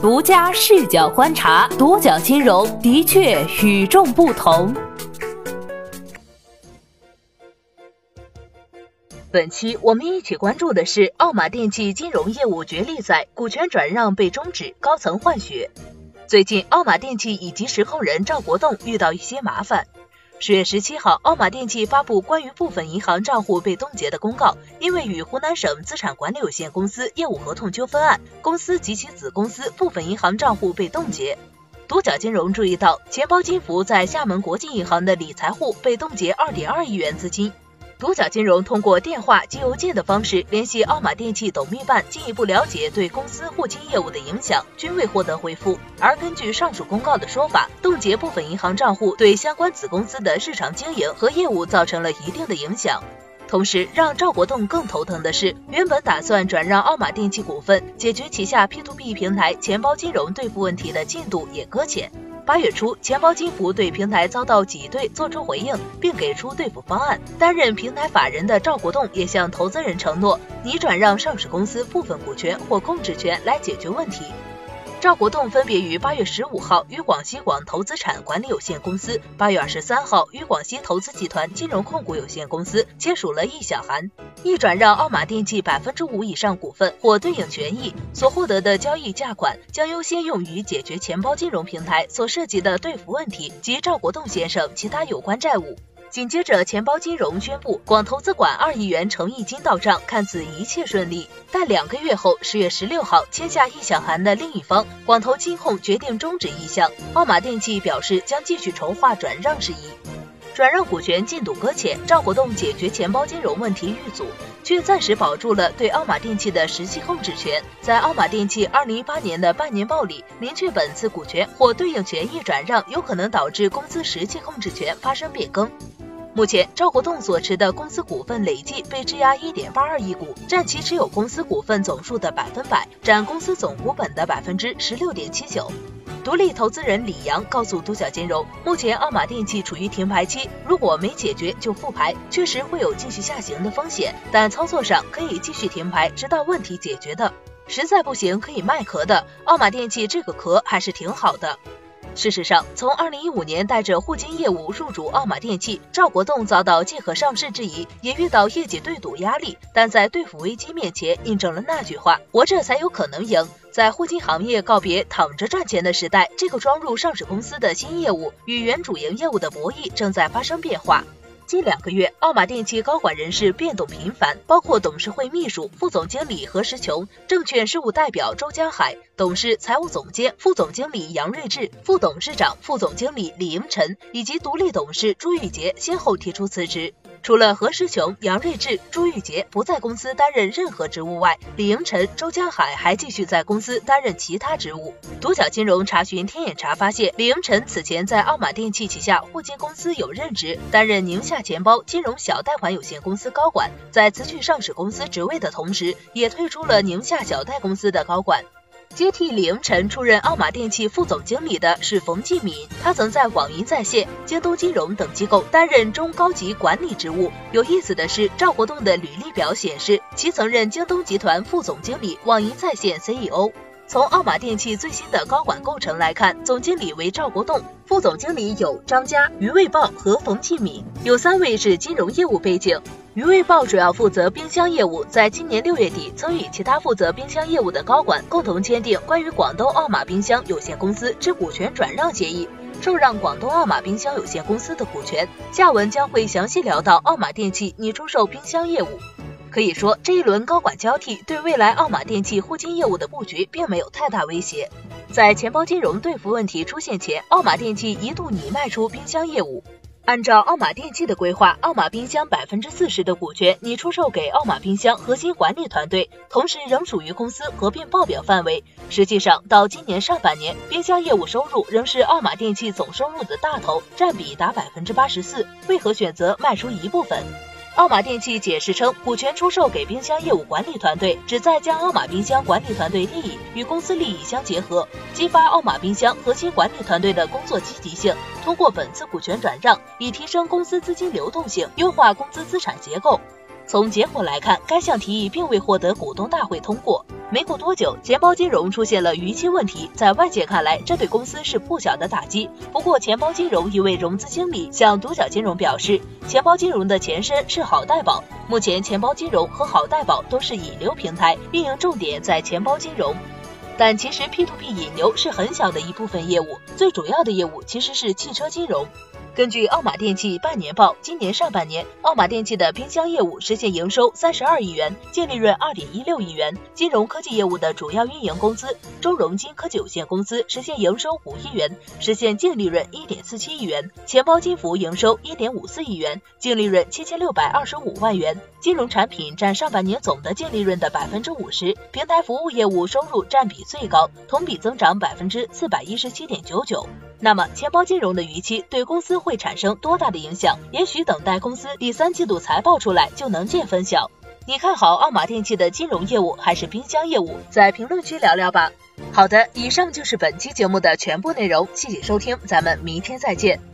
独家视角观察，独角金融的确与众不同。本期我们一起关注的是奥马电器金融业务角力赛，股权转让被终止，高层换血。最近奥马电器以及实控人赵国栋遇到一些麻烦。10月17号，奥马电器发布关于部分银行账户被冻结的公告，因为与湖南省资产管理有限公司业务合同纠纷案，公司及其子公司部分银行账户被冻结。独角金融注意到，钱包金服在厦门国际银行的理财户被冻结2.2亿元资金。独角金融通过电话及邮件的方式联系奥马电器董秘办，进一步了解对公司互金业务的影响，均未获得回复。而根据上述公告的说法，冻结部分银行账户对相关子公司的日常经营和业务造成了一定的影响。同时，让赵国栋更头疼的是，原本打算转让奥马电器股份，解决旗下 P2P 平台钱包金融兑付问题的进度也搁浅。8月初，钱包金服对平台遭到挤兑做出回应，并给出兑付方案。担任平台法人的赵国栋也向投资人承诺，拟转让上市公司部分股权或控制权来解决问题。赵国栋分别于8月15号与广西广投资产管理有限公司、8月23号与广西投资集团金融控股有限公司签署了意向函，拟转让奥马电器5%以上股份或对应权益，所获得的交易价款将优先用于解决钱包金融平台所涉及的兑付问题及赵国栋先生其他有关债务。紧接着，钱包金融宣布广投资管2亿元诚意金到账，看似一切顺利。但2个月后，10月16号签下意向函的另一方广投金控决定终止意向，奥马电器表示将继续筹划转让事宜。转让股权进度搁浅，赵国栋解决钱包金融问题遇阻，却暂时保住了对奥马电器的实际控制权。在奥马电器2018年的半年报里，明确本次股权或对应权益转让有可能导致公司实际控制权发生变更。目前，赵国栋所持的公司股份累计被质押 1.82 亿股，占其持有公司股份总数的100%，占公司总股本的 16.79%。独立投资人李阳告诉独角金融，目前奥马电器处于停牌期，如果没解决就复牌，确实会有继续下行的风险，但操作上可以继续停牌，直到问题解决的。实在不行可以卖壳的，奥马电器这个壳还是挺好的。事实上，从2015年带着互金业务入主奥马电器，赵国栋遭到借壳上市质疑，也遇到业绩对赌压力，但在兑付危机面前印证了那句话：活着才有可能赢。在互金行业告别躺着赚钱的时代，这个装入上市公司的新业务与原主营业务的博弈正在发生变化。近2个月，奥马电器高管人事变动频繁，包括董事会秘书、副总经理何时琼、证券事务代表周江海、董事、财务总监、副总经理杨瑞智、副董事长、副总经理李迎晨以及独立董事朱玉杰先后提出辞职。除了何时琼、杨瑞智、朱玉杰不在公司担任任何职务外，李迎晨、周江海还继续在公司担任其他职务。独角金融查询天眼查发现，李迎晨此前在奥马电器旗下互金公司有任职，担任宁夏钱包金融小贷款有限公司高管，在辞去上市公司职位的同时，也退出了宁夏小贷公司的高管。接替李迎晨出任奥马电器副总经理的是冯继敏，他曾在网银在线、京东金融等机构担任中高级管理职务。有意思的是，赵国栋的履历表显示，其曾任京东集团副总经理、网银在线 CEO。从奥马电器最新的高管构成来看，总经理为赵国栋，副总经理有张佳、余卫豹和冯继敏，有3位是金融业务背景。余卫豹主要负责冰箱业务，在今年6月底曾与其他负责冰箱业务的高管共同签订关于广东奥马冰箱有限公司之股权转让协议，受让广东奥马冰箱有限公司的股权。下文将会详细聊到奥马电器拟出售冰箱业务。可以说，这一轮高管交替对未来奥马电器互金业务的布局并没有太大威胁。在钱包金融兑付问题出现前，奥马电器一度拟卖出冰箱业务。按照奥马电器的规划，奥马冰箱40%的股权拟出售给奥马冰箱核心管理团队，同时仍属于公司合并报表范围。实际上，到今年上半年，冰箱业务收入仍是奥马电器总收入的大头，占比达84%。为何选择卖出一部分？奥马电器解释称，股权出售给冰箱业务管理团队，旨在将奥马冰箱管理团队利益与公司利益相结合，激发奥马冰箱核心管理团队的工作积极性。通过本次股权转让，以提升公司资金流动性，优化公司资产结构。从结果来看，该项提议并未获得股东大会通过。 没过多久，钱包金融出现了逾期问题，在外界看来，这对公司是不小的打击。不过，钱包金融一位融资经理向独角金融表示，钱包金融的前身是好贷宝，目前钱包金融和好贷宝都是引流平台，运营重点在钱包金融。但其实 P2P 引流是很小的一部分业务，最主要的业务其实是汽车金融。根据奥马电器半年报，今年上半年，奥马电器的冰箱业务实现营收32亿元，净利润2.16亿元。金融科技业务的主要运营公司中融金科技有限公司实现营收5亿元，实现净利润1.47亿元。钱包金服营收1.54亿元，净利润7625万元。金融产品占上半年总的净利润的50%，平台服务业务收入占比最高，同比增长417.99%。那么，钱包金融的逾期对公司会产生多大的影响？也许等待公司第3季度财报出来就能见分晓。你看好奥马电器的金融业务还是冰箱业务？在评论区聊聊吧。好的，以上就是本期节目的全部内容，谢谢收听，咱们明天再见。